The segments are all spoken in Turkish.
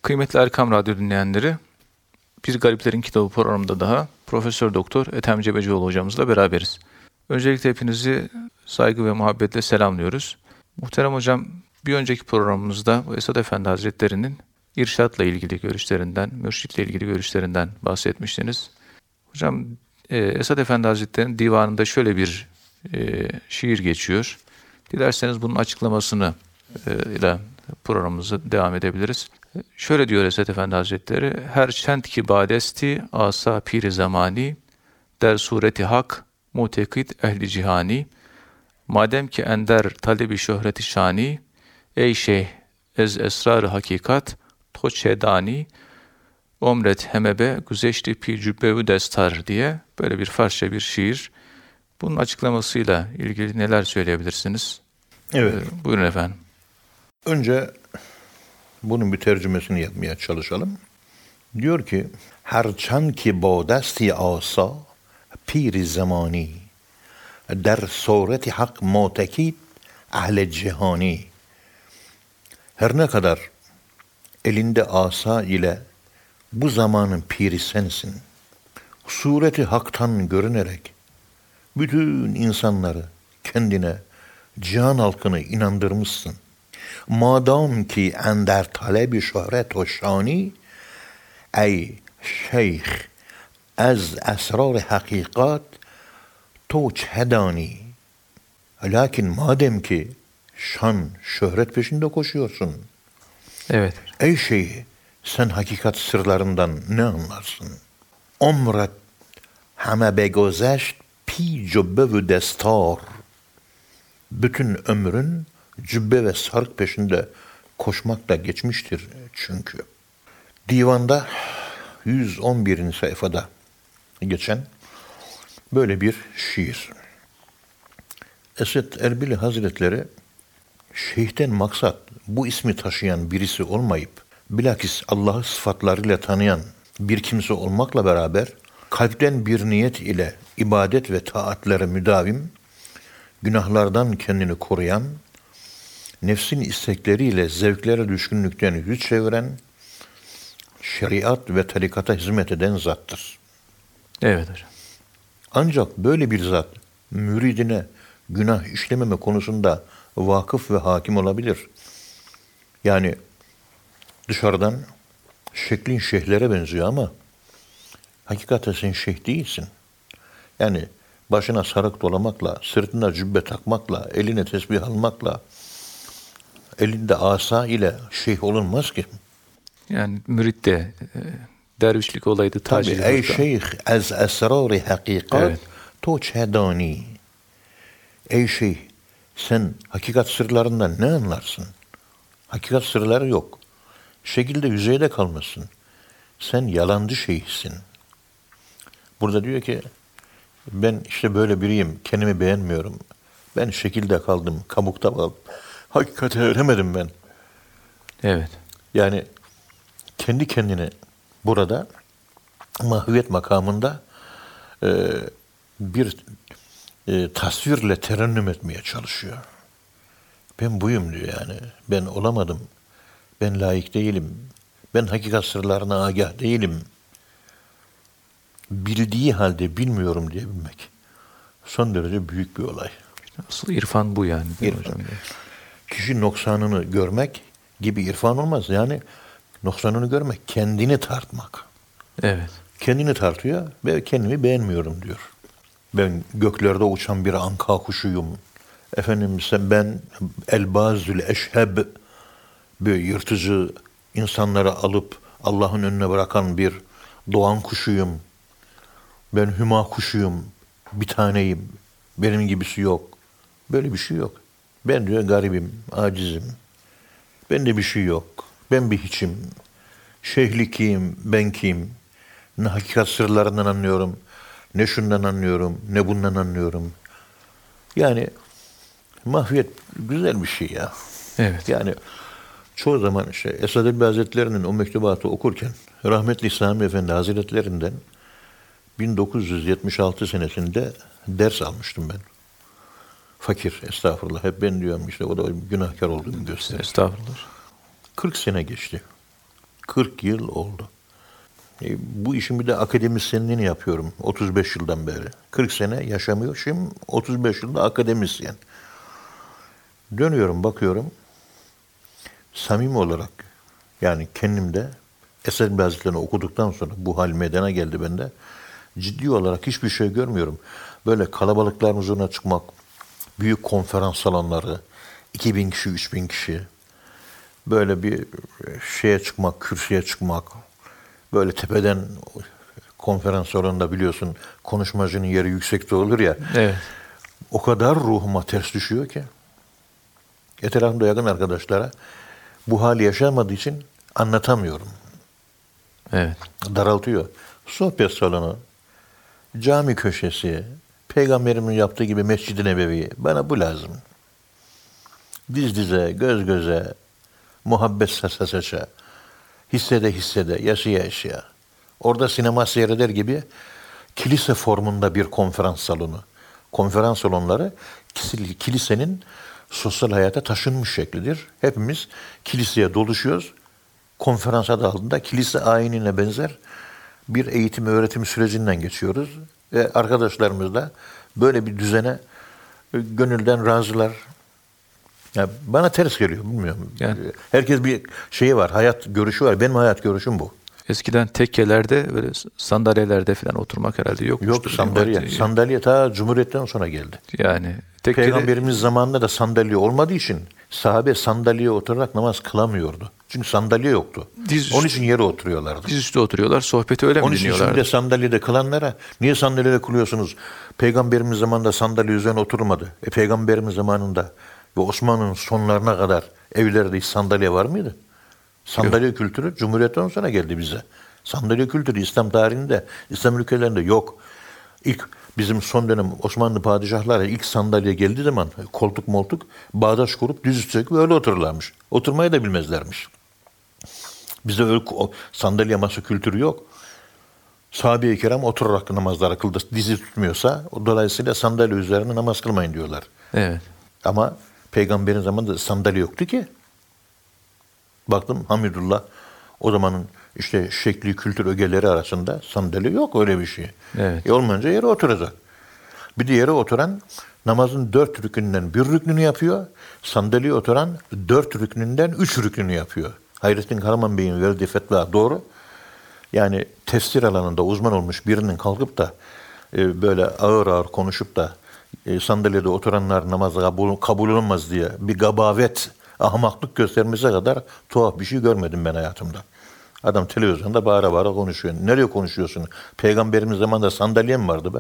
Kıymetli Erkam Radyo dinleyenleri, Bir Gariplerin Kitabı programında daha Profesör Doktor Ethem Cebecioğlu hocamızla beraberiz. Öncelikle hepinizi saygı ve muhabbetle selamlıyoruz. Muhterem hocam, bir önceki programımızda Esad Efendi Hazretleri'nin irşatla ilgili görüşlerinden, mürşitle ilgili görüşlerinden bahsetmiştiniz. Hocam, Esad Efendi Hazretleri'nin divanında şöyle bir şiir geçiyor. Dilerseniz bunun açıklamasını ile programımıza devam edebiliriz. Şöyle diyor Esad Efendi Hazretleri: her şent ki badesti asa pir zamani der sureti hak mutekid ehli cihani madem ki ender talebi şöhreti şani ey şeyh ez esrar hakikat to çedani omret hemebe güzeşti pi cübbevi destar diye böyle bir Farsça bir şiir. Bunun açıklamasıyla ilgili neler söyleyebilirsiniz? Evet. Buyurun efendim. Önce bunun bir tercümesini yapmaya çalışalım. Diyor ki, herçan ki ba desti asa pir zamani der sureti hak mutekid ehl cihani. Her ne kadar elinde asa ile bu zamanın piri sensin, sureti haktan görünerek bütün insanları kendine, cihan halkını inandırmışsın. Madam ki ender talebi şöhret ve şani ey şeyh az esrar hakikat to çedani. Lakin madem ki şan, şöhret peşinde koşuyorsun. Evet. Ey şeyh, sen hakikat sırlarından ne anlarsın? Omret heme begozeşt pi cübbe ve destar. Bütün ömrün cübbe ve sarık peşinde koşmakla geçmiştir çünkü. Divanda 111. sayfada geçen böyle bir şiir. Esed Erbili Hazretleri, şeyhten maksat bu ismi taşıyan birisi olmayıp bilakis Allah'ı sıfatlarıyla tanıyan bir kimse olmakla beraber kalpten bir niyet ile ibadet ve taatlere müdavim, günahlardan kendini koruyan, nefsin istekleriyle zevklere düşkünlükten yüz çeviren, şeriat ve tarikata hizmet eden zattır. Evet hocam. Ancak böyle bir zat müridine günah işlememe konusunda vakıf ve hakim olabilir. Yani dışarıdan şeklin şeyhlere benziyor ama hakikaten sen şeyh değilsin. Yani başına sarık dolamakla, sırtına cübbe takmakla, eline tesbih almakla, elinde asa ile şeyh olunmaz ki. Yani mürit de dervişlik olaydı. Tabii ey şeyh az esrar-ı hakikat to çedani. Ey şeyh, sen hakikat sırlarından ne anlarsın? Hakikat sırları yok. Şekilde yüzeyde kalmasın. Sen yalancı şeyhsin. Burada diyor ki, ben işte böyle biriyim, kendimi beğenmiyorum. Ben şekilde kaldım, kabukta kaldım. Hakikate eremedim ben. Evet. Yani kendi kendine burada mahviyet makamında bir tasvirle terennüm etmeye çalışıyor. Ben buyum diyor yani. Ben olamadım. Ben layık değilim. Ben hakikat sırlarına agah değilim. Bildiği halde bilmiyorum diyebilmek son derece büyük bir olay. Asıl irfan bu yani. Değil mi hocam? Kişi noksanını görmek gibi irfan olmaz. Yani noksanını görmek, kendini tartmak. Evet. Kendini tartıyor ve kendimi beğenmiyorum diyor. Ben göklerde uçan bir anka kuşuyum. Efendim ben elbazül eşheb, böyle yırtıcı insanları alıp Allah'ın önüne bırakan bir doğan kuşuyum. Ben hüma kuşuyum, bir taneyim, benim gibisi yok. Böyle bir şey yok. Ben diyor garibim, acizim. Bende bir şey yok. Ben bir hiçim. Şeyhlik kim, ben kim? Ne hakikat sırlarından anlıyorum, ne şundan anlıyorum, ne bundan anlıyorum. Yani mahviyet güzel bir şey ya. Evet. Yani çoğu zaman işte Esad Elbi Hazretleri'nin o mektubatı okurken rahmetli Sami Efendi Hazretlerinden 1976 senesinde ders almıştım ben. Fakir, estağfurullah. Hep ben diyorum işte o da günahkar olduğumu gösterir. Estağfurullah. 40 sene geçti. 40 yıl oldu. Bu işin bir de akademisyenliğini yapıyorum 35 yıldan beri. 40 sene yaşamıyorum, 35 yılda akademisyen. Dönüyorum, bakıyorum. Samimi olarak, yani kendimde Esed Hazretleri'ni okuduktan sonra bu hal meydana geldi bende. Ciddi olarak hiçbir şey görmüyorum. Böyle kalabalıkların huzuruna çıkmak, büyük konferans salonları, 2000 kişi, 3000 kişi, böyle bir şeye çıkmak, kürsüye çıkmak, böyle tepeden konferans salonunda biliyorsun konuşmacının yeri yüksekte olur ya. Evet. O kadar ruhuma ters düşüyor ki. Etrafımda yakın arkadaşlara bu hali yaşamadığı için anlatamıyorum. Evet. Daraltıyor. Sohbet salonu, cami köşesi, Peygamberimin yaptığı gibi Mescid-i Nebevi, bana bu lazım. Diz dize, göz göze, muhabbet sasa sasa, hissede hissede, yaşaya yaşaya. Orada sinema seyreder gibi kilise formunda bir konferans salonu. Konferans salonları kilisenin sosyal hayata taşınmış şeklidir. Hepimiz kiliseye doluşuyoruz. Konferans adı altında kilise ayinine benzer bir eğitim öğretim sürecinden geçiyoruz. Ve arkadaşlarımız da böyle bir düzene gönülden razılar. Ya bana ters geliyor, bilmiyorum. Yani. Herkes bir şeyi var, hayat görüşü var. Benim hayat görüşüm bu. Eskiden tekkelerde böyle sandalyelerde falan oturmak herhalde yokmuştu. Yok sandalye. Sandalye ta Cumhuriyet'ten sonra geldi. Yani tekkede... Peygamberimiz zamanında da sandalye olmadığı için sahabe sandalyeye oturarak namaz kılamıyordu. Çünkü sandalye yoktu. Onun için yere oturuyorlardı. Dizüstü oturuyorlar, sohbeti öyle mi dinliyorlardı? Onun için şimdi sandalyede kılanlara niye sandalyede kılıyorsunuz? Peygamberimiz zamanında sandalye üzerine oturmadı. Peygamberimiz zamanında ve Osmanlı'nın sonlarına kadar evlerde hiç sandalye var mıydı? Sandalye kültürü Cumhuriyet'ten sonra geldi bize. Sandalye kültürü İslam tarihinde, İslam ülkelerinde yok. İlk bizim son dönem Osmanlı padişahları ilk sandalye geldiği zaman koltuk moltuk bağdaş kurup düz çöküp öyle otururlarmış. Oturmayı da bilmezlermiş. Bizde öyle sandalye masa kültürü yok. Sahabe-i kiram oturarak namazları kıldı. Dizi tutmuyorsa dolayısıyla sandalye üzerine namaz kılmayın diyorlar. Evet. Ama Peygamberin zamanında sandalye yoktu ki. Baktım hamdülillah o zamanın işte şekli kültür ögeleri arasında sandalye yok, öyle bir şey. Evet. Olmayınca yere oturacak. Bir de yere oturan namazın 4 rükününden bir rüknünü yapıyor. Sandalyeye oturan 4 rüknünden 3 rüknünü yapıyor. Hayrettin Karaman Bey'in verdiği fetva doğru. Yani tefsir alanında uzman olmuş birinin kalkıp da böyle ağır ağır konuşup da sandalyede oturanlar namazı kabul olmaz diye bir gabavet, ahmaklık göstermesi kadar tuhaf bir şey görmedim ben hayatımda. Adam televizyonda bağıra bağıra konuşuyor. Nereye konuşuyorsun? Peygamberimiz zamanında sandalye mi vardı be?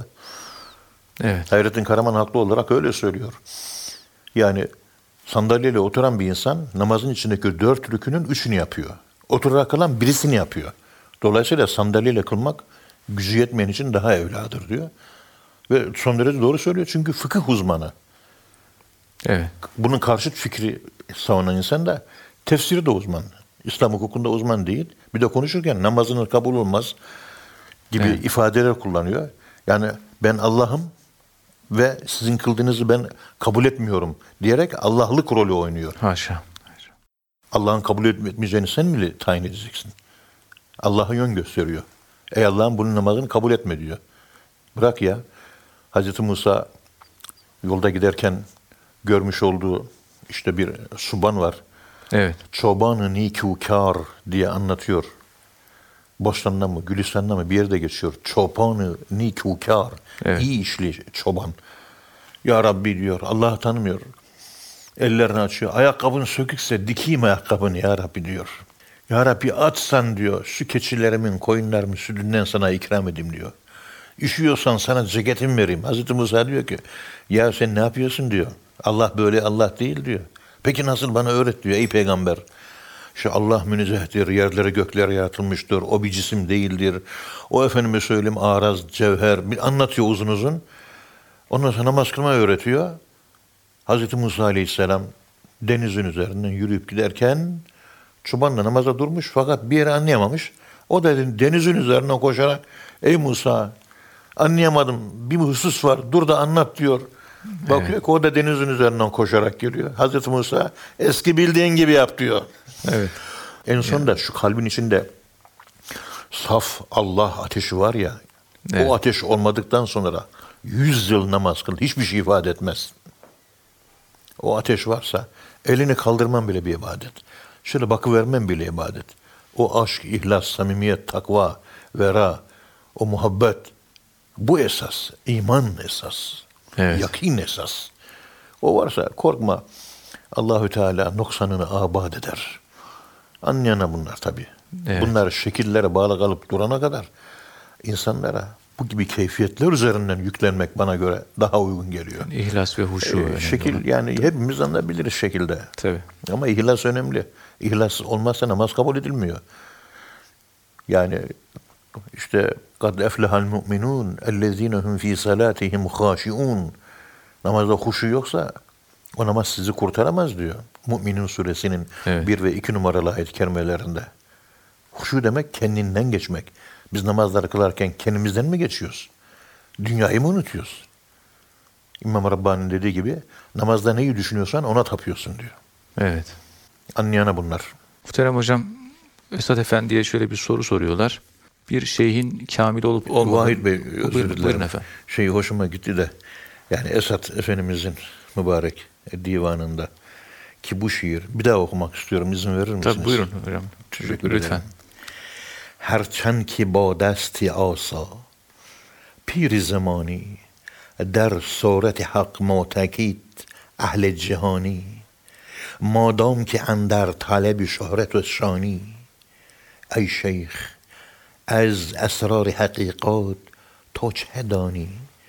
Evet. Hayrettin Karaman haklı olarak öyle söylüyor. Yani sandalyeyle oturan bir insan namazın içindeki 4 rükünün 3'ünü yapıyor. Oturarak kılan birisini yapıyor. Dolayısıyla sandalyeyle kılmak gücü yetmeyen için daha evladır diyor. Ve son derece doğru söylüyor çünkü fıkıh uzmanı. Evet. Bunun karşıt fikri savunan insan da tefsiri de uzman. İslam hukukunda uzman değil. Bir de konuşurken namazının kabul olmaz gibi ifadeler kullanıyor. Yani ben Allah'ım ve sizin kıldığınızı ben kabul etmiyorum diyerek Allah'lık rolü oynuyor. Haşa. Allah'ın kabul etmeyeceğini sen mi tayin edeceksin? Allah'a yön gösteriyor. Ey Allah'ım bunun namazını kabul etme diyor. Bırak ya. Hazreti Musa yolda giderken görmüş olduğu işte bir suban var. Evet. Çobanı nikûkâr diye anlatıyor. Bostan'da mı, Gülistan'da mı bir yerde geçiyor. Çobanı nikûkâr. Evet. İyi işli çoban. Ya Rabbi diyor. Allah'ı tanımıyor. Ellerini açıyor. Ayakkabın sökükse dikeyim ayakkabını ya Rabbi diyor. Ya Rabbi atsan diyor. Şu keçilerimin, koyunlarımın sütünden sana ikram edeyim diyor. Üşüyorsan sana ceketimi vereyim. Hazreti Musa diyor ki ya sen ne yapıyorsun diyor. Allah böyle Allah değil diyor. Peki nasıl bana öğret diyor ey peygamber. İşte Allah münezzehtir, yerlere göklere yaratılmıştır, o bir cisim değildir. O efendime söyleyeyim araz, cevher, bir anlatıyor uzun uzun. Ondan sonra namaz kılmayı öğretiyor. Hazreti Musa Aleyhisselam denizin üzerinden yürüyüp giderken çoban da namaza durmuş fakat bir yere anlayamamış. O da denizin üzerinden koşarak ey Musa anlayamadım bir husus var dur da anlat diyor. Bakıyor ki o da denizin üzerinden koşarak geliyor. Hazreti Musa eski bildiğin gibi yap diyor. Evet. En sonunda şu kalbin içinde saf Allah ateşi var ya, Evet. o ateş olmadıktan sonra 100 yıl namaz kıl, hiçbir şey ifade etmez. O ateş varsa elini kaldırman bile bir ibadet. Şöyle bakıvermen bile ibadet. O aşk, ihlas, samimiyet, takva, vera, o muhabbet, bu esas. İman esas. Evet. Yakin esas. O varsa korkma. Allahü Teala noksanını abad eder. Anlayana bunlar tabii. Evet. Bunlar şekillere bağlı kalıp durana kadar insanlara bu gibi keyfiyetler üzerinden yüklenmek bana göre daha uygun geliyor. İhlas ve huşu önemli Şekil olan. yani hepimiz anlayabiliriz şekilde. Tabii. Ama ihlas önemli. İhlas olmazsa namaz kabul edilmiyor. Yani işte kad eflehal mu'minun ellezinehum fi salatihim haşiun. Namazda huşu yoksa o namaz sizi kurtaramaz diyor. Mü'minun suresinin Evet. 1 ve 2 numaralı ayet-i kerimelerinde. Huşu demek kendinden geçmek. Biz namazları kılarken kendimizden mi geçiyoruz? Dünyayı mı unutuyoruz? İmam Rabbani'nin dediği gibi namazda neyi düşünüyorsan ona tapıyorsun diyor. Evet. Anlayana bunlar. Muhterem hocam, Esad Efendi'ye şöyle bir soru soruyorlar. Bir şeyhin kamil olup olmadığı... Vahid Bey, özür Buyurun, dilerim. buyurun efendim. Şey hoşuma gitti de, yani Esad Efendimizin mübarek divanında ki bu şiir, bir daha okumak istiyorum, izin verir misiniz? Tabii buyurun hocam. Teşekkür Lütfen. ederim. Herçend ki ba desti asa pir zamani در صورت حق معتقد اهل جهانی مادام که اندر طلب شهرت و شانی ای شیخ از اسرار حقیقات تو چه دانی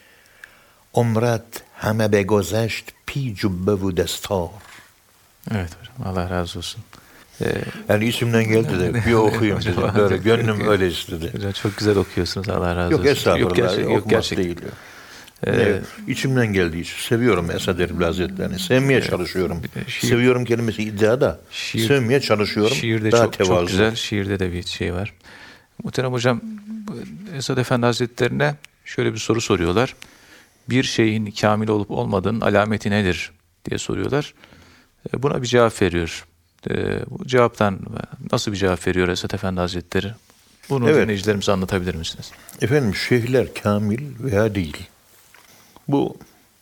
عمرت همه بگذشت پی جبه و دستار. Evet hocam, Allah razı olsun. Yani içimden geldi de bir okuyayım dedim. Böyle gönlüm öyle istedi. Hocam çok güzel okuyorsunuz, Allah razı Yok olsun. estağfurullah, Yok okumak gerçekten. değil. İçimden geldiği için seviyorum Esad Erbil Hazretleri'ni. Sevmeye çalışıyorum. Seviyorum kelimesi iddia da. Sevmeye çalışıyorum. Şiirde daha çok tevazu. güzel. Şiirde de bir şey var. Muhterem hocam, Esad Efendi Hazretlerine şöyle bir soru soruyorlar. Bir şeyin kamil olup olmadığının alameti nedir diye soruyorlar. Buna bir cevap veriyor. Bu cevaptan nasıl bir cevap veriyor Esad Efendi Hazretleri? Bunu dinleyicilerimize anlatabilir misiniz? Efendim şeyhler kamil veya değil. Bu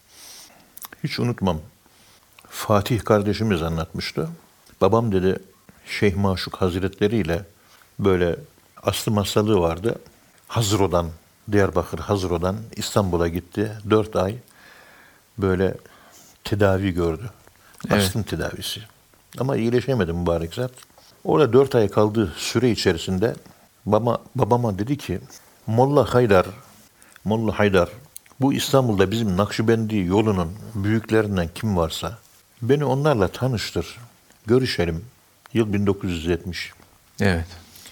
hiç unutmam. Fatih kardeşimiz anlatmıştı. Babam dedi Şeyh Maşuk Hazretleri ile böyle astım hastalığı vardı. Hazro'dan, Diyarbakır Hazro'dan İstanbul'a gitti. 4 ay böyle tedavi gördü. Astım tedavisi. Ama iyileşemedi mübarek zat. Orada 4 ay kaldığı süre içerisinde babama dedi ki Molla Haydar bu İstanbul'da bizim Nakşibendi yolunun büyüklerinden kim varsa beni onlarla tanıştır. Görüşelim. Yıl 1970. Evet.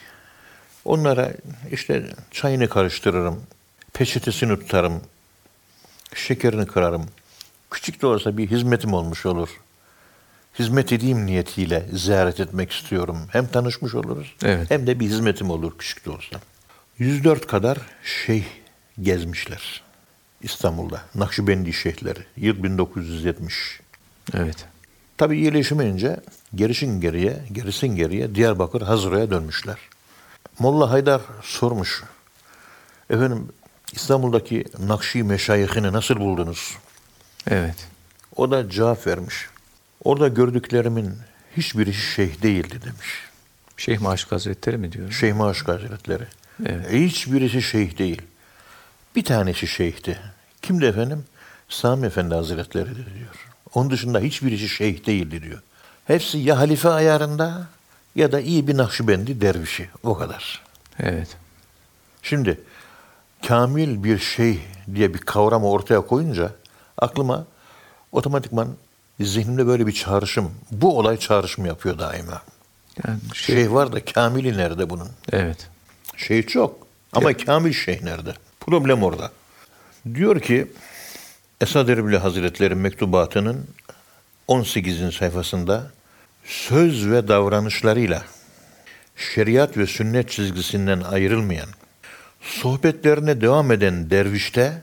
Onlara işte çayını karıştırırım. Peçetesini tutarım. Şekerini kırarım. Küçük de olsa bir hizmetim olmuş olur. Hizmet edeyim niyetiyle ziyaret etmek istiyorum. Hem tanışmış oluruz, hem de bir hizmetim olur küçük de olsa. 104 kadar şeyh gezmişler İstanbul'da. Nakşibendi şeyhleri. Yıl 1970. Evet. Tabii iyileşemeyince gerisin geriye Diyarbakır Hazıra'ya dönmüşler. Molla Haydar sormuş. Efendim İstanbul'daki Nakşi meşayihini nasıl buldunuz? Evet. O da cevap vermiş. Orada gördüklerimin hiçbiri şeyh değildi demiş. Şeyh Maşuk Hazretleri mi diyor? Şeyh Maşuk Hazretleri. Evet. Hiçbirisi şeyh değil. Bir tanesi şeyhti. Kimdi efendim? Sami Efendi Hazretleri diyor. Onun dışında hiçbirisi şeyh değildi diyor. Hepsi ya halife ayarında ya da iyi bir Nakşibendi dervişi. O kadar. Evet. Şimdi kamil bir şeyh diye bir kavramı ortaya koyunca aklıma otomatikman zihnimde böyle bir çağrışım. Bu olay çağrışım yapıyor daima. Yani Şeyh var da kamili nerede bunun? Evet. Şeyh çok ama kamil şeyh nerede? Problem orada. Diyor ki Esad Erbil Hazretleri mektubatının 18. sayfasında söz ve davranışlarıyla şeriat ve sünnet çizgisinden ayrılmayan, sohbetlerine devam eden dervişte,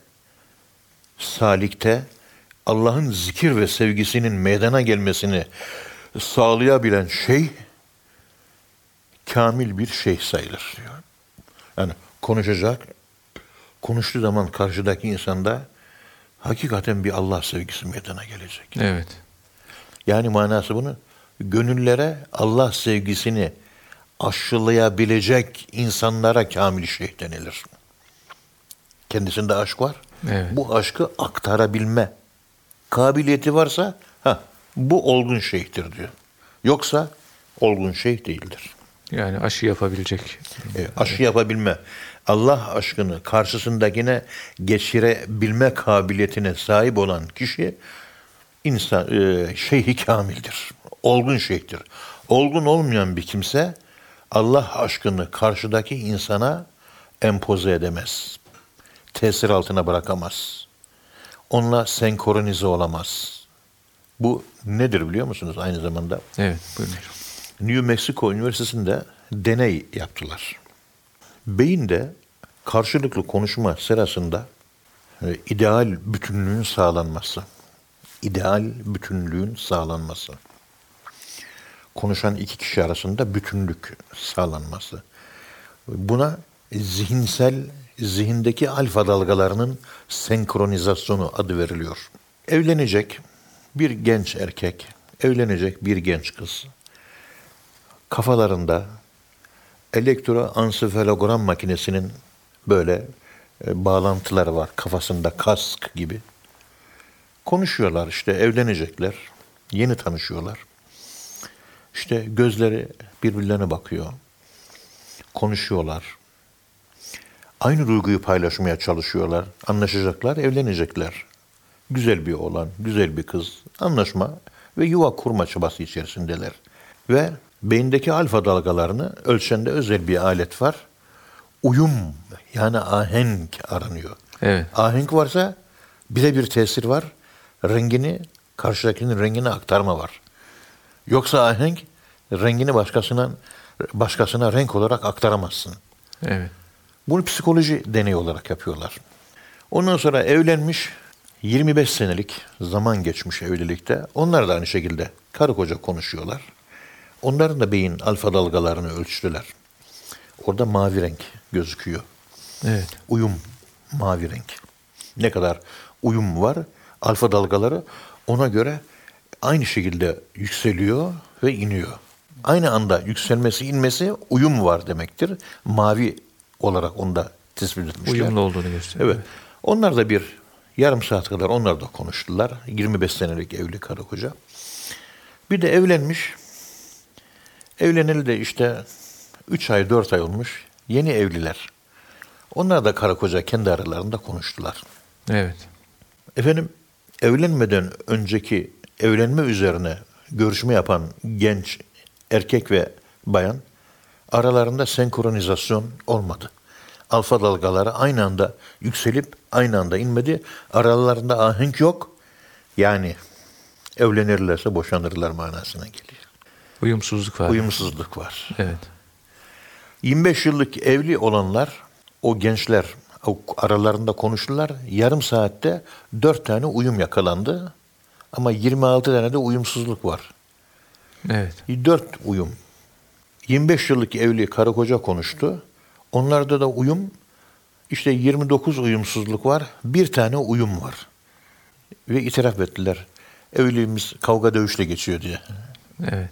salikte Allah'ın zikir ve sevgisinin meydana gelmesini sağlayabilen şeyh kamil bir şeyh sayılır diyor. Yani konuşacak, konuştuğu zaman karşıdaki insanda hakikaten bir Allah sevgisi meydana gelecek. Evet. Yani manası bunu, gönüllere Allah sevgisini aşılayabilecek insanlara kamil şeyh denilir. Kendisinde aşk var. Evet. Bu aşkı aktarabilme kabiliyeti varsa bu olgun şeyhtir diyor. Yoksa olgun şeyh değildir. Yani aşı yapabilecek. Aşı yapabilme, Allah aşkını karşısındakine geçirebilme kabiliyetine sahip olan kişi insan şeyhi kamildir. Olgun şeyhtir. Olgun olmayan bir kimse Allah aşkını karşıdaki insana empoze edemez. Tesir altına bırakamaz. Onunla senkronize olamaz. Bu nedir biliyor musunuz aynı zamanda? Evet, buyurun hocam. New Mexico Üniversitesi'nde deney yaptılar. Beyinde karşılıklı konuşma sırasında ideal bütünlüğün sağlanması. Konuşan iki kişi arasında bütünlük sağlanması. Buna zihindeki alfa dalgalarının senkronizasyonu adı veriliyor. Evlenecek bir genç erkek, evlenecek bir genç kız. Kafalarında elektroansefalogram makinesinin böyle bağlantıları var. Kafasında kask gibi. Konuşuyorlar işte, evlenecekler. Yeni tanışıyorlar. İşte gözleri birbirlerine bakıyor. Konuşuyorlar. Aynı duyguyu paylaşmaya çalışıyorlar. Anlaşacaklar, evlenecekler. Güzel bir oğlan, güzel bir kız. Anlaşma ve yuva kurma çabası içerisindeler. Ve beyindeki alfa dalgalarını ölçen de özel bir alet var. Uyum, yani ahenk aranıyor. Evet. Ahenk varsa birebir tesir var. Karşıdakinin rengini aktarma var. Yoksa ahenk, rengini başkasına renk olarak aktaramazsın. Evet. Bunu psikoloji deneyi olarak yapıyorlar. Ondan sonra evlenmiş, 25 senelik zaman geçmiş evlilikte. Onlar da aynı şekilde karı koca konuşuyorlar. Onların da beyin alfa dalgalarını ölçtüler. Orada mavi renk gözüküyor. Evet. Uyum, mavi renk. Ne kadar uyum var, alfa dalgaları ona göre aynı şekilde yükseliyor ve iniyor. Aynı anda yükselmesi, inmesi uyum var demektir. Mavi olarak onda tespit etmişler. Uyumlu olduğunu gösteriyor. Evet. Onlar da bir yarım saat kadar onlar da konuştular. 25 senelik evli karı koca. Bir de evlenmiş. Evleneli de işte 3 ay 4 ay olmuş. Yeni evliler. Onlar da karı koca kendi aralarında konuştular. Evet. Efendim, evlenmeden önceki evlenme üzerine görüşme yapan genç erkek ve bayan aralarında senkronizasyon olmadı. Alfa dalgaları aynı anda yükselip aynı anda inmedi. Aralarında ahenk yok. Yani evlenirlerse boşanırlar manasına geliyor. Uyumsuzluk var. Uyumsuzluk var. Evet. 25 yıllık evli olanlar, o gençler aralarında konuştular. Yarım saatte 4 tane uyum yakalandı. Ama 26 tane de uyumsuzluk var. Evet. 4 uyum. 25 yıllık evli karı koca konuştu. Onlarda da uyum, işte 29 uyumsuzluk var. Bir tane uyum var. Ve itiraf ettiler. Evliliğimiz kavga dövüşle geçiyor diye. Evet.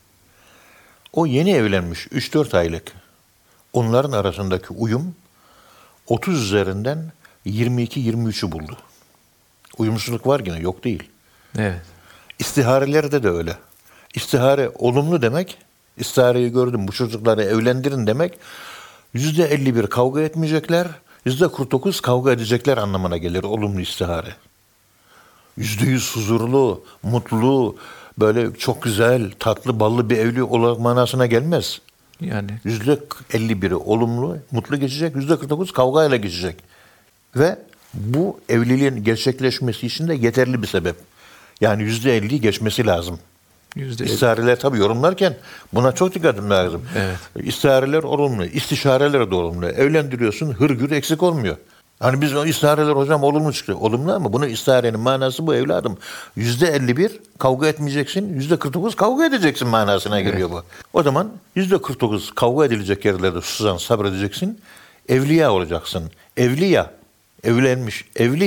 O yeni evlenmiş 3-4 aylık. Onların arasındaki uyum 30 üzerinden 22-23'ü buldu. Uyumsuzluk var yine, yok değil. Evet. İstiharelerde de öyle. İstihare olumlu demek. İstihareyi gördüm, bu çocukları evlendirin demek. %51 kavga etmeyecekler, %49 kavga edecekler anlamına gelir olumlu istihare. %100 huzurlu, mutlu, böyle çok güzel, tatlı, ballı bir evli olarak manasına gelmez. Yani %51'i olumlu, mutlu geçecek, %49 kavgayla geçecek. Ve bu evliliğin gerçekleşmesi için de yeterli bir sebep. Yani %50'yi geçmesi lazım. İstihareler tabii yorumlarken buna çok dikkat etmek lazım. Evet. İstihareler olumlu, istişareler de olumlu. Evlendiriyorsun, hırgür eksik olmuyor. Hani biz o istihareler hocam olumlu çıktı. Olumlu ama bunun istiharenin manası bu evladım. %51 kavga etmeyeceksin, %49 kavga edeceksin manasına geliyor bu. O zaman %49 kavga edilecek yerlerde susan sabredeceksin. Evliya olacaksın. Evliya, evlenmiş,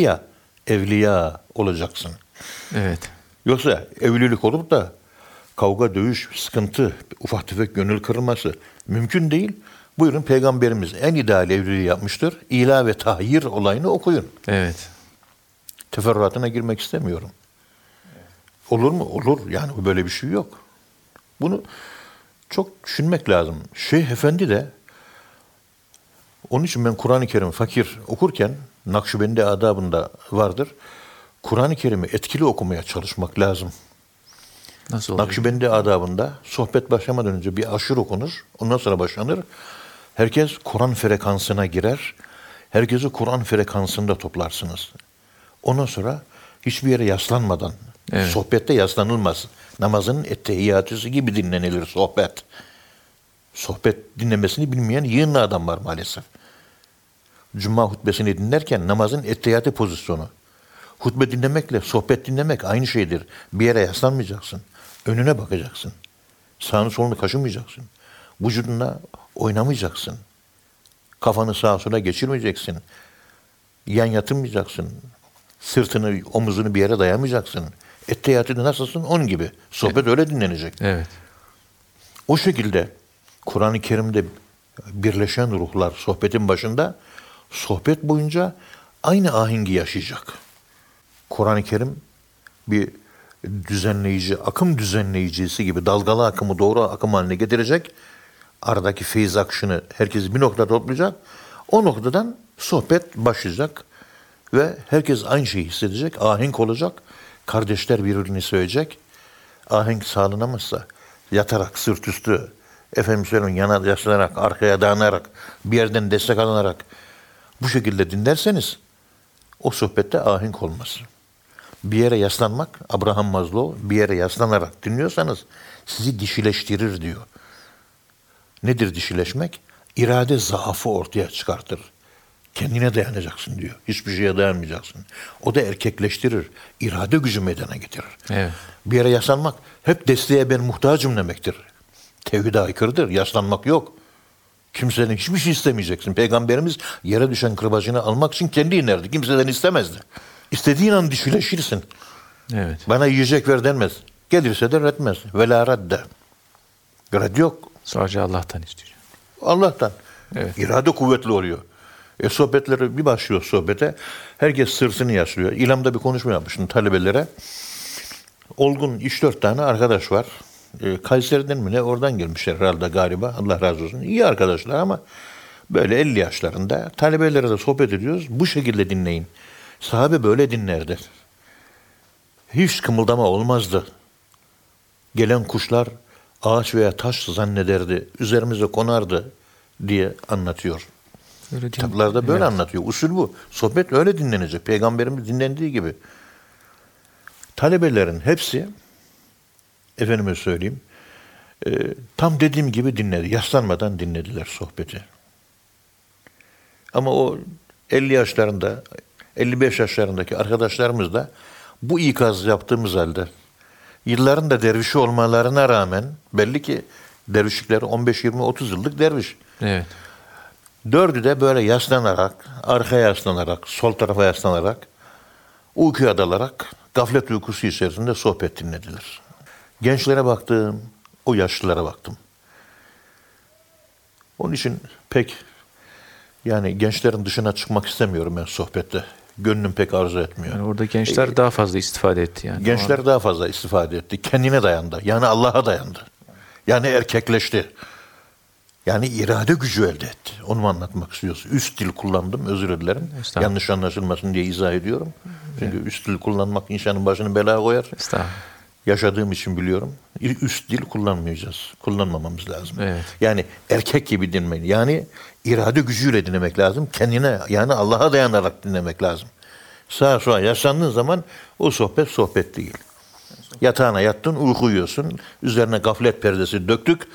evliya olacaksın. Evet. Yoksa evlilik olup da kavga, dövüş, sıkıntı, ufak tefek gönül kırılması mümkün değil. Buyurun Peygamberimiz en ideal evliliği yapmıştır. İla ve tahyir olayını okuyun. Evet. Teferruatına girmek istemiyorum. Olur mu? Olur. Yani böyle bir şey yok. Bunu çok düşünmek lazım. Şeyh Efendi de onun için ben Kur'an-ı Kerim fakir okurken Nakşibendi adabında vardır. Kur'an-ı Kerim'i etkili okumaya çalışmak lazım. Nasıl oluyor? Nakşibendi adabında sohbet başlamadan önce bir aşır okunur. Ondan sonra başlanır. Herkes Kur'an frekansına girer. Herkesi Kur'an frekansında toplarsınız. Ondan sonra hiçbir yere yaslanmadan, Evet. sohbette yaslanılmaz. Namazın ettehiyyatüsü gibi dinlenilir sohbet. Sohbet dinlemesini bilmeyen yığınlı adam var maalesef. Cuma hutbesini dinlerken namazın ettehiyyatı pozisyonu. Hutbe dinlemekle sohbet dinlemek aynı şeydir. Bir yere yaslanmayacaksın. Önüne bakacaksın. Sağını solunu kaşımayacaksın. Vücuduna oynamayacaksın. Kafanı sağa sola geçirmeyeceksin. Yan yatırmayacaksın. Sırtını, omuzunu bir yere dayamayacaksın. Ettehiyatı nasılsın? Onun gibi. Sohbet öyle dinlenecek. Evet. O şekilde Kur'an-ı Kerim'de birleşen ruhlar sohbetin başında, sohbet boyunca aynı ahengi yaşayacak. Kur'an-ı Kerim bir düzenleyici, akım düzenleyicisi gibi dalgalı akımı doğru akım haline getirecek. Aradaki feyiz akışını herkes bir noktada toplayacak. O noktadan sohbet başlayacak ve herkes aynı şeyi hissedecek. Ahenk olacak. Kardeşler birbirini söyleyecek. Ahenk sağlanamazsa yatarak, sırt üstü, efendim söyleyeyim yana yaslanarak, arkaya dayanarak, bir yerden destek alınarak bu şekilde dinlerseniz o sohbette ahenk olmaz. Bir yere yaslanmak, Abraham Maslow bir yere yaslanarak dinliyorsanız sizi dişileştirir diyor. Nedir dişileşmek? İrade zaafı ortaya çıkartır. Kendine dayanacaksın diyor. Hiçbir şeye dayanmayacaksın. O da erkekleştirir. İrade gücü meydana getirir. Evet. Bir yere yaslanmak hep desteğe ben muhtacım demektir. Tevhide aykırıdır. Yaslanmak yok. Kimseden hiçbir şey istemeyeceksin. Peygamberimiz yere düşen kırbacını almak için kendi inerdi. Kimseden istemezdi. İstediğin an dişileşirsin. Evet. Bana yiyecek ver denmez. Gelirse de retmez. Ve la redde. Red yok. Sadece Allah'tan isteyeceğim. Allah'tan. Evet. İrade kuvvetli oluyor. Sohbetleri bir başlıyor sohbete. Herkes sırtını yaslıyor. İlamda bir konuşma yapmıştım talebelere. Olgun 3-4 tane arkadaş var. Kayseri'den mi ne oradan gelmişler herhalde galiba. Allah razı olsun. İyi arkadaşlar ama böyle 50 yaşlarında. Talebelere de sohbet ediyoruz. Bu şekilde dinleyin. Sahabe böyle dinlerdi. Hiç kımıldama olmazdı. Gelen kuşlar ağaç veya taş zannederdi. Üzerimize konardı diye anlatıyor. Öyle Kitaplarda böyle Evet. anlatıyor. Usul bu. Sohbet öyle dinlenecek. Peygamberimiz dinlendiği gibi. Talebelerin hepsi efendime söyleyeyim tam dediğim gibi dinledi. Yaslanmadan dinlediler sohbeti. Ama o 50 yaşlarında 55 yaşlarındaki arkadaşlarımız da bu ikaz yaptığımız halde yılların da dervişi olmalarına rağmen belli ki dervişlikleri 15-20-30 yıllık derviş. Evet. Dördü de böyle yaslanarak, arkaya yaslanarak, sol tarafa yaslanarak, uykuya dalarak, gaflet uykusu içerisinde sohbet dinlediler. Gençlere baktım, o yaşlılara baktım. Onun için pek yani gençlerin dışına çıkmak istemiyorum ben sohbette. Gönlüm pek arzu etmiyor. Yani orada gençler daha fazla istifade etti yani. Gençler daha fazla istifade etti. Kendine dayandı. Yani Allah'a dayandı. Yani erkekleşti. Yani irade gücü elde etti. Onu mu anlatmak istiyorsun? Üst dil kullandım, özür dilerim. Estağfurullah. Yanlış anlaşılmasın diye izah ediyorum. Çünkü üst dil kullanmak insanın başını belaya koyar. Estağfurullah. Yaşadığım için biliyorum. Üst dil kullanmayacağız. Kullanmamamız lazım. Evet. Yani erkek gibi dinlemeyin. Yani irade gücüyle dinlemek lazım. Kendine yani Allah'a dayanarak dinlemek lazım. Sağa sola yaslandığın zaman o sohbet değil. Yatağına yattın, uyku uyuyorsun. Üzerine gaflet perdesi döktük.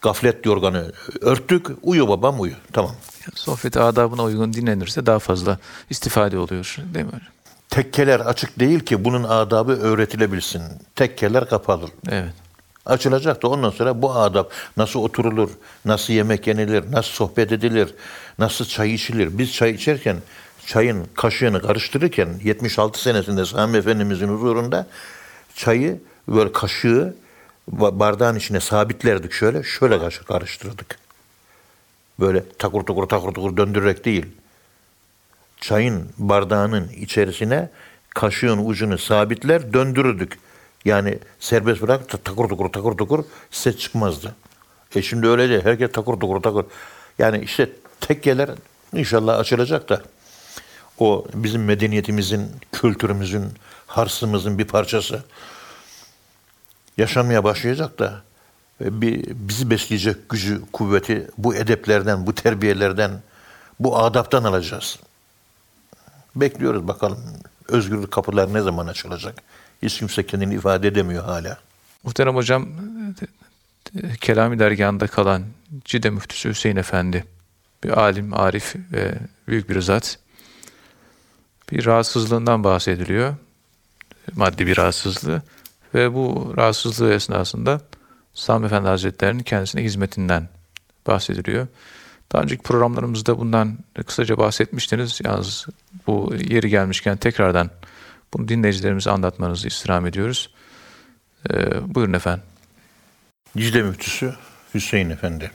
Gaflet yorganı örttük. Uyu babam uyu. Tamam. Sohbet adabına uygun dinlenirse daha fazla istifade oluyor, değil mi hocam? Tekkeler açık değil ki bunun adabı öğretilebilsin. Tekkeler kapalı. Evet. Açılacak da ondan sonra bu adab nasıl oturulur, nasıl yemek yenilir, nasıl sohbet edilir, nasıl çay içilir. Biz çay içerken çayın kaşığını karıştırırken 76 senesinde Sami Efendimizin huzurunda çayı böyle kaşığı bardağın içine sabitlerdik şöyle kaşık karıştırırdık. Böyle takur takur döndürerek değil. Çayın bardağının içerisine kaşığın ucunu sabitler döndürürdük. Yani serbest bırak takur tukur ses çıkmazdı. Şimdi öyle değil. Herkes takur. Yani işte tekkeler inşallah açılacak da o bizim medeniyetimizin, kültürümüzün, harsımızın bir parçası yaşanmaya başlayacak da bizi besleyecek gücü, kuvveti bu edeplerden, bu terbiyelerden, bu adaptan alacağız. Bekliyoruz bakalım özgürlük kapılar ne zaman açılacak? Hiç kimse kendini ifade edemiyor hala. Muhterem hocam, Kelami dergahında kalan Cide Müftüsü Hüseyin Efendi, bir alim, arif ve büyük bir zat, bir rahatsızlığından bahsediliyor. Maddi bir rahatsızlığı ve bu rahatsızlığı esnasında Sami Efendi Hazretleri'nin kendisine hizmetinden bahsediliyor. Daha önceki programlarımızda bundan kısaca bahsetmiştiniz. Yalnız bu yeri gelmişken tekrardan bunu dinleyicilerimize anlatmanızı istirham ediyoruz. Buyurun efendim. Cide Müftüsü Hüseyin Efendi.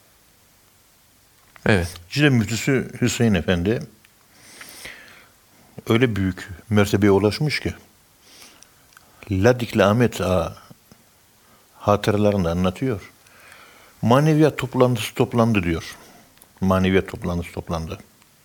Evet. Cide Müftüsü Hüseyin Efendi öyle büyük mertebeye ulaşmış ki Ladikli Ahmet Ağa hatıralarında anlatıyor. Maneviyat toplantısı toplandı diyor. Maneviyat toplantısı toplandı.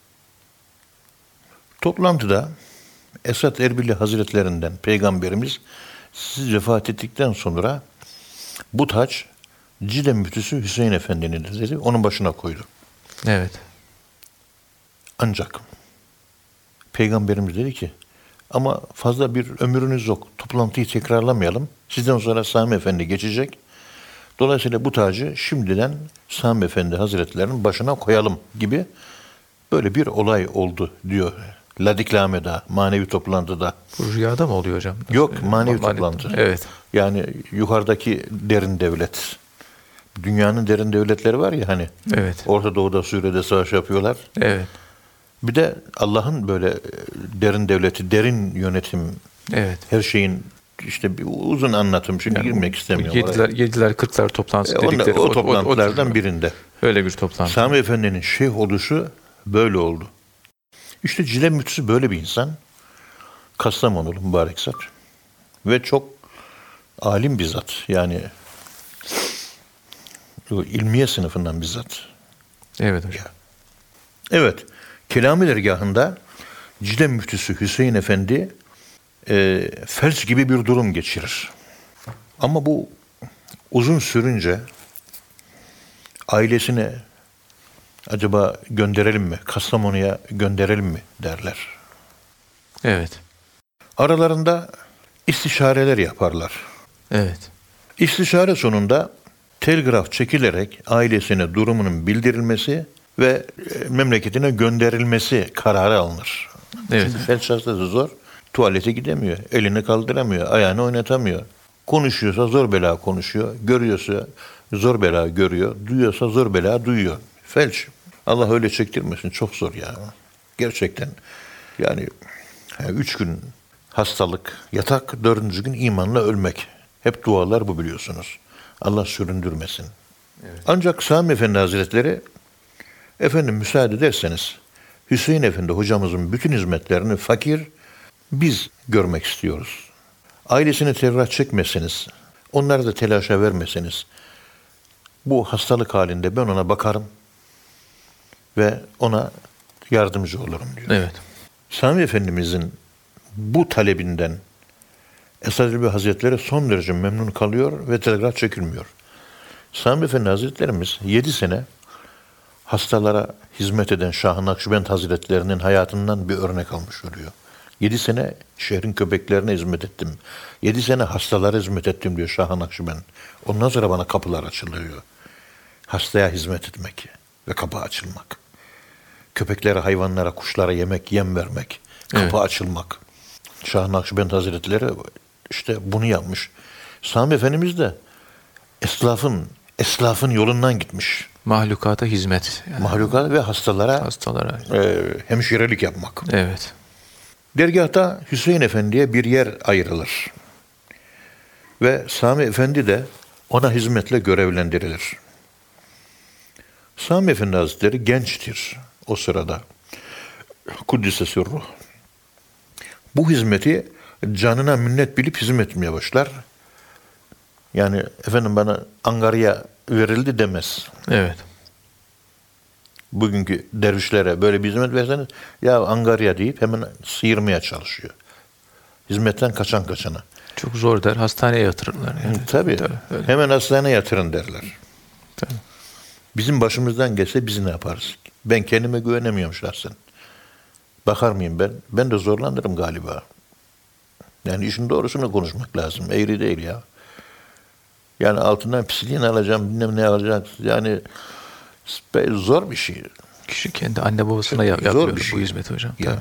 Toplantıda Esad Erbili Hazretlerinden Peygamberimiz siz vefat ettikten sonra bu taç Cide Müftüsü Hüseyin Efendi'nin dedi. Onun başına koydu. Evet. Ancak Peygamberimiz dedi ki ama fazla bir ömrünüz yok. Toplantıyı tekrarlamayalım. Sizden sonra Sami Efendi geçecek. Dolayısıyla bu tacı şimdiden Sami Efendi Hazretlerinin başına koyalım gibi böyle bir olay oldu diyor. Ladikli Ahmet Ağa manevi toplantıda. Bu rüyada mı oluyor hocam? Yok, manevi toplantı. Evet. Yani yukarıdaki derin devlet. Dünyanın derin devletleri var ya hani. Evet. Orta Doğu'da Suriye'de savaş yapıyorlar. Evet. Bir de Allah'ın böyle derin devleti, derin yönetim, Evet. her şeyin işte bir uzun anlatım. Şimdi Yani girmek istemiyorum. Yediler 40'lar toplantısı dedikleri O toplantılardan birinde. Öyle bir toplantı. Sami Efendi'nin şeyh oluşu böyle oldu. İşte Cide Müftüsü böyle bir insan. Kastamonulu mübarek zat. Ve çok alim bir zat. Yani ilmiye sınıfından bir zat. Evet hocam. Evet. Kelami dergahında Cide Müftüsü Hüseyin Efendi felç gibi bir durum geçirir. Ama bu uzun sürünce ailesine acaba gönderelim mi? Kastamonu'ya gönderelim mi derler. Evet. Aralarında istişareler yaparlar. Evet. İstişare sonunda telgraf çekilerek ailesine durumunun bildirilmesi ve memleketine gönderilmesi kararı alınır. Evet. Çünkü felç hastası zor. Tuvalete gidemiyor. Elini kaldıramıyor. Ayağını oynatamıyor. Konuşuyorsa zor bela konuşuyor. Görüyorsa zor bela görüyor. Duyuyorsa zor bela duyuyor. Felç. Allah öyle çektirmesin. Çok zor ya. Gerçekten. Yani 3 gün hastalık, yatak, 4. gün imanla ölmek. Hep dualar bu biliyorsunuz. Allah süründürmesin. Evet. Ancak Sami Efendi Hazretleri, efendim müsaade ederseniz Hüseyin Efendi hocamızın bütün hizmetlerini fakir biz görmek istiyoruz. Ailesini terör çekmesiniz. Onları da telaşa vermesiniz. Bu hastalık halinde ben ona bakarım ve ona yardımcı olurum diyor. Evet. Sami Efendimizin bu talebinden Esad Erbil Hazretleri son derece memnun kalıyor ve telgraf çekilmiyor. Sami Efendi Hazretlerimiz 7 sene hastalara hizmet eden Şah-ı Nakşibend Hazretlerinin hayatından bir örnek almış oluyor. 7 sene şehrin köpeklerine hizmet ettim. 7 sene hastalara hizmet ettim diyor Şah-ı Nakşibend. Ondan sonra bana kapılar açılıyor. hastaya hizmet etmek ve kapı açılmak. Köpeklere, hayvanlara, kuşlara yem vermek, kapı açılmak. Şah Nakşibend Hazretleri işte bunu yapmış. Sami Efendimiz de esnafın yolundan gitmiş. Mahlukata hizmet. Yani Mahlukat ve hastalara hemşirelik yapmak. Evet. Dergâhta Hüseyin Efendi'ye bir yer ayrılır. Ve Sami Efendi de ona hizmetle görevlendirilir. Sami Efendi Hazretleri gençtir o sırada. Kuddise sürruh. Bu hizmeti canına minnet bilip hizmet etmeye başlar. Yani efendim bana angarya verildi demez. Evet. Bugünkü dervişlere böyle bir hizmet verseniz ya angarya deyip hemen sıyırmaya çalışıyor. Hizmetten kaçana. Çok zor der. Hastaneye yatırırlar yani. Tabii. Hemen hastaneye yatırın derler. Tabii. Bizim başımızdan geçse biz ne yaparız? Ben kendime güvenemiyorum şahsen. Bakar mıyım ben? Ben de zorlanırım galiba. Yani işin doğrusunu konuşmak lazım. Eğri değil ya. Yani altından pisliğini alacağım, bilmem ne alacağım. Yani zor bir şey. Kişi kendi anne babasına yapıyor bu hizmeti hocam. Ya.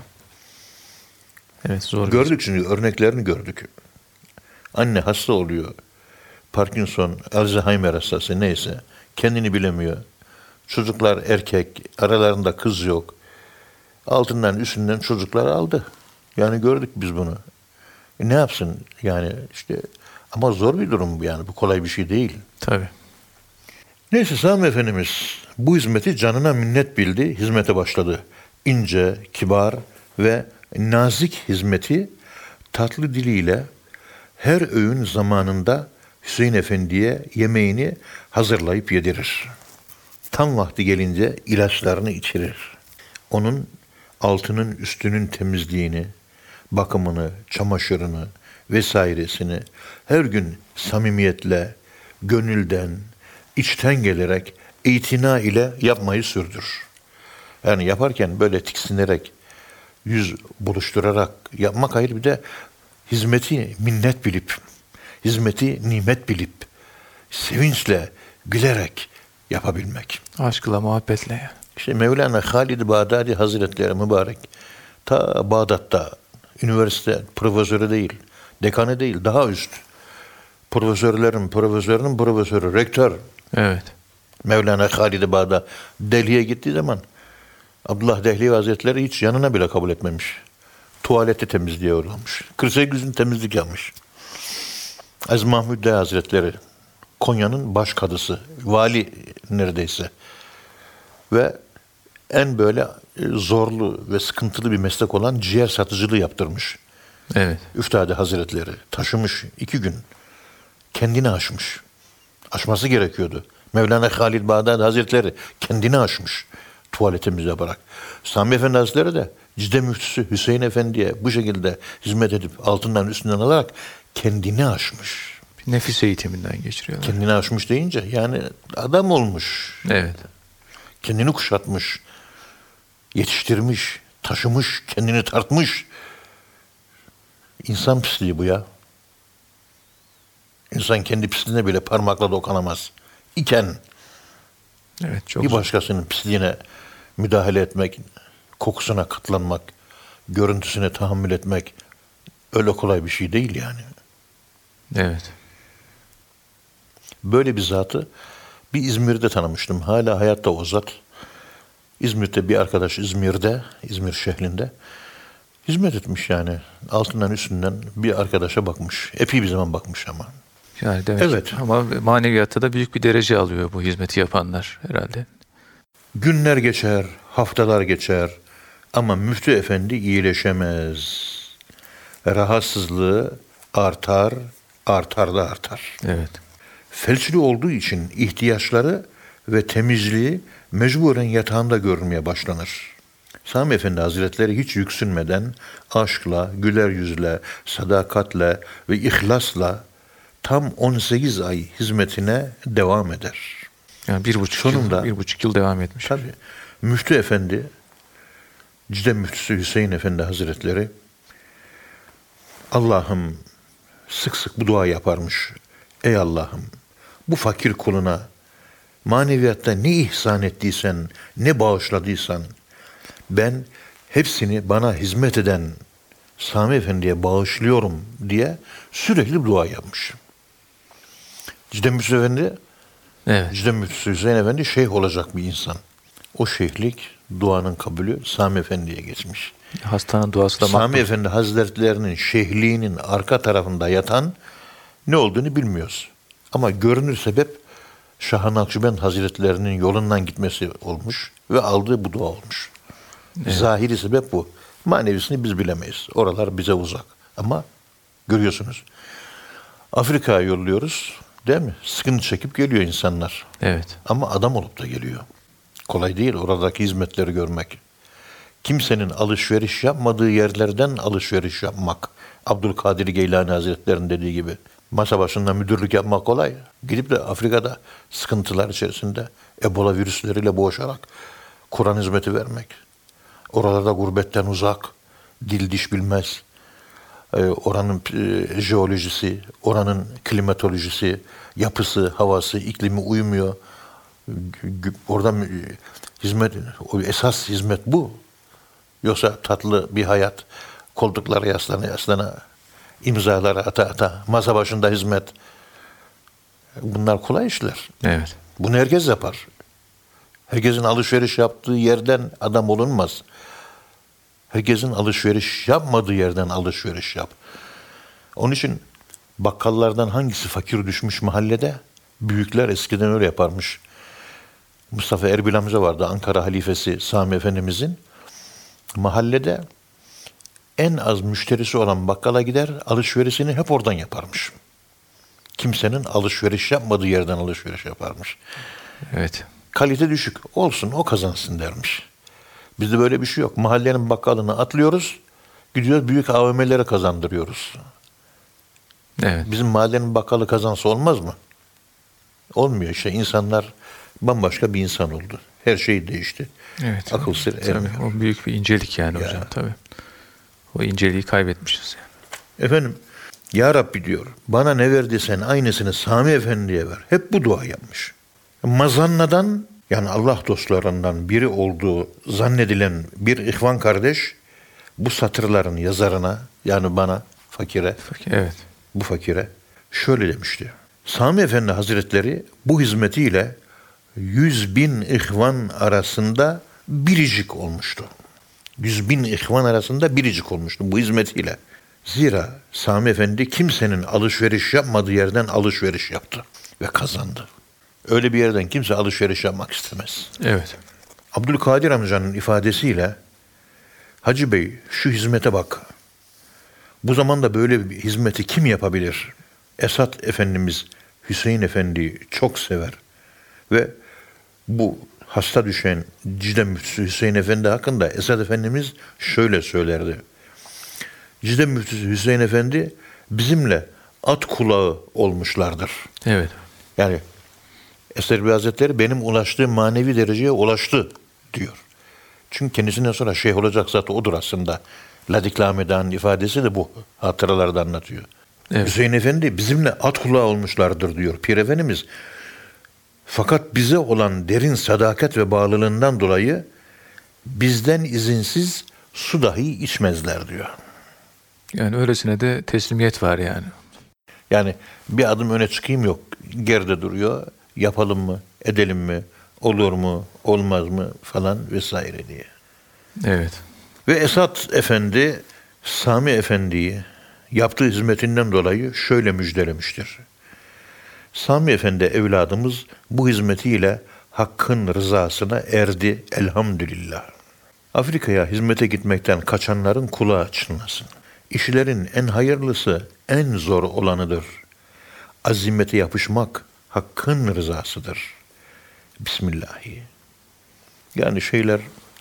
Evet, zor. Gördük çünkü örneklerini gördük. Anne hasta oluyor. Parkinson, Alzheimer hastası neyse. Kendini bilemiyor. Çocuklar erkek, aralarında kız yok. Altından üstünden çocuklar aldı. Yani gördük biz bunu. Ne yapsın yani işte ama zor bir durum bu yani. Bu kolay bir şey değil. Tabii. Neyse Sami Efendimiz bu hizmeti canına minnet bildi, hizmete başladı. İnce, kibar ve nazik hizmeti tatlı diliyle her öğün zamanında Hüseyin Efendi'ye yemeğini hazırlayıp yedirir. Tam vakti gelince ilaçlarını içirir. Onun altının üstünün temizliğini, bakımını, çamaşırını vesairesini her gün samimiyetle, gönülden, içten gelerek, itina ile yapmayı sürdürür. Yani yaparken böyle tiksinerek, yüz buluşturarak yapmak ayrı, bir de hizmeti minnet bilip, hizmeti nimet bilip, sevinçle, gülerek yapabilmek. Aşkla, muhabbetle yani. İşte Mevlana Halid-i Bağdadi Hazretleri mübarek, ta Bağdat'ta üniversite profesörü değil, dekanı değil, daha üst. Profesörlerin profesörü, rektör. Evet. Mevlana Halid-i Bağdadi Delhi'ye gittiği zaman Abdullah Dehlevi Hazretleri hiç yanına bile kabul etmemiş. Tuvaleti temizliğe uğramış. 48 gün temizlik yapmış. Aziz Mahmud Bey Hazretleri Konya'nın baş kadısı, vali neredeyse. Ve en böyle zorlu ve sıkıntılı bir meslek olan ciğer satıcılığı yaptırmış. Evet. Üftade Hazretleri taşımış 2 gün. Kendini aşmış. Aşması gerekiyordu. Mevlana Halid Bağdadi Hazretleri kendini aşmış. Tuvaletimize yaparak. Sami Efendi Hazretleri de Cide Müftüsü Hüseyin Efendi'ye bu şekilde hizmet edip altından üstünden alarak kendini aşmış. Bir nefis eğitiminden geçiriyorlar. Kendini aşmış deyince yani adam olmuş. Evet. Kendini kuşatmış. Yetiştirmiş. Taşımış. Kendini tartmış. İnsan pisliği bu ya. İnsan kendi pisliğine bile parmakla dokunamaz. İken Evet, çok bir zor. başkasının pisliğine müdahale etmek, kokusuna katlanmak, görüntüsüne tahammül etmek öyle kolay bir şey değil yani. Evet. Böyle bir zatı bir İzmir'de tanımıştım. Hala hayatta o zat. İzmir'de bir arkadaş İzmir şehrinde hizmet etmiş yani. Altından üstünden bir arkadaşa bakmış. Epey bir zaman bakmış ama. Yani demek Evet. ki, ama maneviyatta da büyük bir derece alıyor bu hizmeti yapanlar herhalde. Günler geçer, haftalar geçer ama Müftü Efendi iyileşemez. Rahatsızlığı artar. Evet. Felçli olduğu için ihtiyaçları ve temizliği mecburen yatağında görülmeye başlanır. Sami Efendi Hazretleri hiç yüksünmeden aşkla, güler yüzle, sadakatle ve ihlasla tam 18 ay hizmetine devam eder. Yani 1,5 Sonunda- yıl, 1,5 yıl devam etmiş. Tabii Müftü Efendi, Cide Müftüsü Hüseyin Efendi Hazretleri Allah'ım sık sık bu dua yaparmış. Ey Allah'ım bu fakir kuluna maneviyatta ne ihsan ettiysen, ne bağışladıysan, ben hepsini bana hizmet eden Sami Efendi'ye bağışlıyorum diye sürekli dua yapmış. Cidden Müftü Efendi, Evet. Cidden Müftü Hüseyin Efendi şeyh olacak bir insan. O şeyhlik, duanın kabulü Sami Efendi'ye geçmiş. Hastanın duası da Sami makbul. Efendi Hazretlerinin şeyhliğinin arka tarafında yatan ne olduğunu bilmiyoruz. Ama görünür sebep Şah-ı Nakşibend Hazretlerinin yolundan gitmesi olmuş ve aldığı bu dua olmuş. Zahiri sebep bu. Manevisini biz bilemeyiz. Oralar bize uzak. Ama görüyorsunuz. Afrika'ya yolluyoruz. Değil mi? Sıkıntı çekip geliyor insanlar. Evet. Ama adam olup da geliyor. Kolay değil oradaki hizmetleri görmek. Kimsenin alışveriş yapmadığı yerlerden alışveriş yapmak. Abdülkadir Geylani Hazretleri'nin dediği gibi. Masa başında müdürlük yapmak kolay. Gidip de Afrika'da sıkıntılar içerisinde Ebola virüsleriyle boğuşarak Kur'an hizmeti vermek. Oralarda gurbetten uzak, dil diş bilmez. Oranın jeolojisi, oranın klimatolojisi, yapısı, havası, iklimi uymuyor. Orada hizmet, o esas hizmet bu. Yoksa tatlı bir hayat, koltuklara yaslana yaslana, imzalara ata ata, masa başında hizmet. Bunlar kolay işler. Evet. Bunu herkes yapar. Herkesin alışveriş yaptığı yerden adam olunmaz. Herkesin alışveriş yapmadığı yerden alışveriş yap. Onun için bakkallardan hangisi fakir düşmüş mahallede? Büyükler eskiden öyle yaparmış. Mustafa Erbil amca vardı, Ankara halifesi Sami Efendimizin. Mahallede en az müşterisi olan bakkala gider, alışverişini hep oradan yaparmış. Kimsenin alışveriş yapmadığı yerden alışveriş yaparmış. Evet. Kalite düşük. Olsun, o kazansın dermiş. Bizde böyle bir şey yok. Mahallenin bakkalını atlıyoruz, gidiyoruz büyük AVM'lere kazandırıyoruz. Evet. Bizim mahallenin bakkalı kazansa olmaz mı? Olmuyor işte. İnsanlar bambaşka bir insan oldu. Her şey değişti. Evet. Akıl sır ermiyor. Tabii, o büyük bir incelik yani hocam tabii. O inceliği kaybetmişiz yani. Efendim, Ya Rabbi diyor, bana ne verdiysen aynısını Sami Efendi'ye ver. Hep bu dua yapmış. Mazannadan, yani Allah dostlarından biri olduğu zannedilen bir ihvan kardeş, bu satırların yazarına, yani bana, fakire, Evet. bu fakire şöyle demişti. Sami Efendi Hazretleri bu hizmetiyle 100.000 ihvan arasında biricik olmuştu. 100.000 ihvan arasında biricik olmuştu bu hizmetiyle. Zira Sami Efendi kimsenin alışveriş yapmadığı yerden alışveriş yaptı ve kazandı. Öyle bir yerden kimse alışveriş yapmak istemez. Evet. Abdülkadir amcanın ifadesiyle, Hacı Bey şu hizmete bak. Bu zamanda böyle bir hizmeti kim yapabilir? Esat Efendimiz Hüseyin Efendi'yi çok sever. Ve bu hasta düşen Cidden Müftüsü Hüseyin Efendi hakkında Esat Efendimiz şöyle söylerdi. Cidden Müftüsü Hüseyin Efendi bizimle at kulağı olmuşlardır. Evet. Yani Esad Erbil Hazretleri benim ulaştığım manevi dereceye ulaştı diyor. Çünkü kendisinden sonra şeyh olacak zaten odur aslında. Ladiklameda'nın ifadesi de bu hatıralarda anlatıyor. Evet. Hüseyin Efendi bizimle at kulağı olmuşlardır diyor Pir Efendimiz. Fakat bize olan derin sadakat ve bağlılığından dolayı bizden izinsiz su dahi içmezler diyor. Yani öylesine de teslimiyet var yani. Yani bir adım öne çıkayım yok. Geride duruyor. Yapalım mı? Edelim mi? Olur mu? Olmaz mı? Falan vesaire diye. Evet. Ve Esat Efendi Sami Efendi'yi yaptığı hizmetinden dolayı şöyle müjdelemiştir. Sami Efendi evladımız bu hizmetiyle Hakk'ın rızasına erdi elhamdülillah. Afrika'ya hizmete gitmekten kaçanların kulağı çınlasın. İşlerin en hayırlısı, en zor olanıdır. Azimete yapışmak Hakk'ın rızasıdır. Bismillahi. Yani şeyler,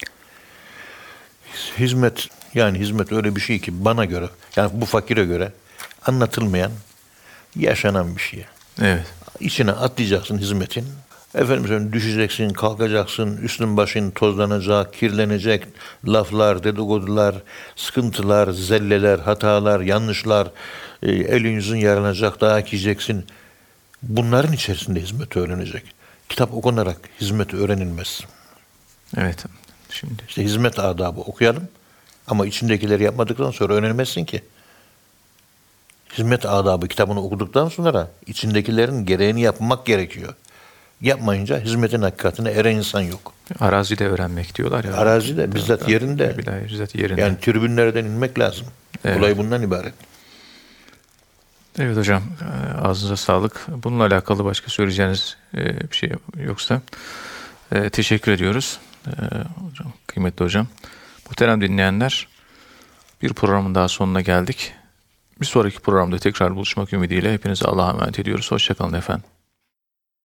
hizmet öyle bir şey ki bana göre, yani bu fakire göre anlatılmayan, yaşanan bir şey. Evet. İçine atlayacaksın hizmetin. Efendim düşeceksin, kalkacaksın, üstün başın tozlanacak, kirlenecek, laflar, dedikodular, sıkıntılar, zelleler, hatalar, yanlışlar, elin yüzün yaralanacak, dayak yiyeceksin. Bunların içerisinde hizmet öğrenecek. Kitap okunarak hizmet öğrenilmez. Evet. Şimdi İşte hizmet adabı okuyalım ama içindekileri yapmadıktan sonra öğrenemezsin ki. Hizmet adabı kitabını okuduktan sonra içindekilerin gereğini yapmak gerekiyor. Yapmayınca hizmetin hakikatine eren insan yok. arazide öğrenmek diyorlar ya. Arazide, bizzat yerinde. Bizzat yerinde. Yani tribünlerden inmek lazım. Evet. Olay bundan ibaret. Evet hocam, ağzınıza sağlık. Bununla alakalı başka söyleyeceğiniz bir şey yoksa teşekkür ediyoruz. Hocam, kıymetli hocam. Muhterem dinleyenler, bir programın daha sonuna geldik. Bir sonraki programda tekrar buluşmak ümidiyle hepinize Allah'a emanet ediyoruz. Hoşça kalın efendim.